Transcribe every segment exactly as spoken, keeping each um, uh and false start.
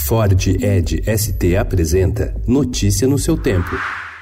Ford Edge S T apresenta Notícia no seu tempo.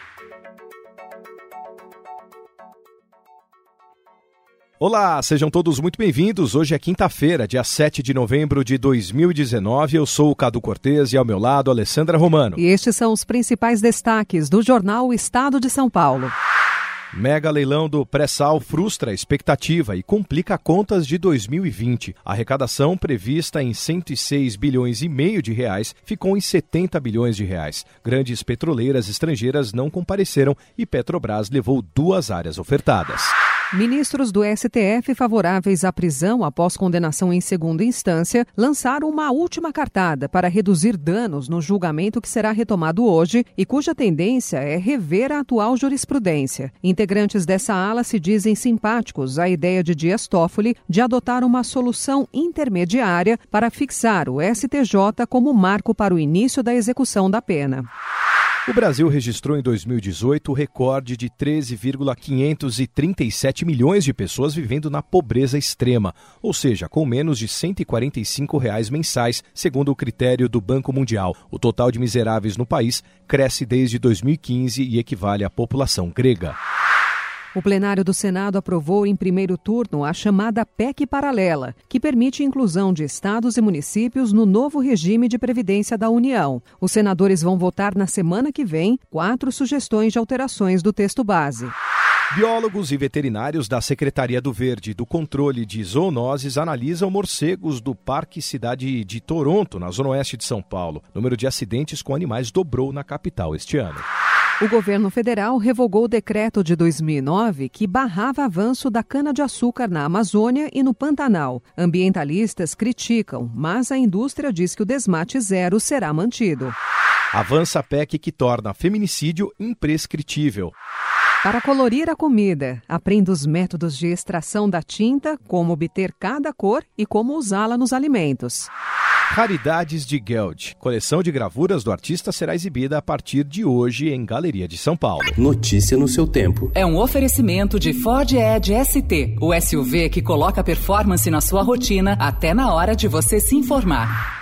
Olá, sejam todos muito bem-vindos. Hoje é quinta-feira, dia sete de novembro de dois mil e dezenove. Eu sou o Cadu Cortez e ao meu lado, Alessandra Romano. E estes são os principais destaques do jornal O Estado de São Paulo. Mega leilão do pré-sal frustra a expectativa e complica contas de dois mil e vinte. A arrecadação prevista em cento e seis bilhões e meio de reais ficou em setenta bilhões de reais. Grandes petroleiras estrangeiras não compareceram e Petrobras levou duas áreas ofertadas. Ministros do S T F favoráveis à prisão após condenação em segunda instância lançaram uma última cartada para reduzir danos no julgamento que será retomado hoje e cuja tendência é rever a atual jurisprudência. Integrantes dessa ala se dizem simpáticos à ideia de Dias Toffoli de adotar uma solução intermediária para fixar o S T J como marco para o início da execução da pena. O Brasil registrou em dois mil e dezoito o recorde de treze vírgula quinhentos e trinta e sete milhões de pessoas vivendo na pobreza extrema, ou seja, com menos de cento e quarenta e cinco reais mensais, segundo o critério do Banco Mundial. O total de miseráveis no país cresce desde dois mil e quinze e equivale à população grega. O plenário do Senado aprovou em primeiro turno a chamada P E C paralela, que permite a inclusão de estados e municípios no novo regime de previdência da União. Os senadores vão votar na semana que vem quatro sugestões de alterações do texto base. Biólogos e veterinários da Secretaria do Verde e do Controle de Zoonoses analisam morcegos do Parque Cidade de Toronto, na zona oeste de São Paulo. O número de acidentes com animais dobrou na capital este ano. O governo federal revogou o decreto de dois mil e nove que barrava avanço da cana-de-açúcar na Amazônia e no Pantanal. Ambientalistas criticam, mas a indústria diz que o desmate zero será mantido. Avança a P E C que torna feminicídio imprescritível. Para colorir a comida, aprenda os métodos de extração da tinta, como obter cada cor e como usá-la nos alimentos. Raridades de Geld. Coleção de gravuras do artista será exibida a partir de hoje em Galeria de São Paulo. Notícia no seu tempo. É um oferecimento de Ford Edge S T, o S U V que coloca performance na sua rotina até na hora de você se informar.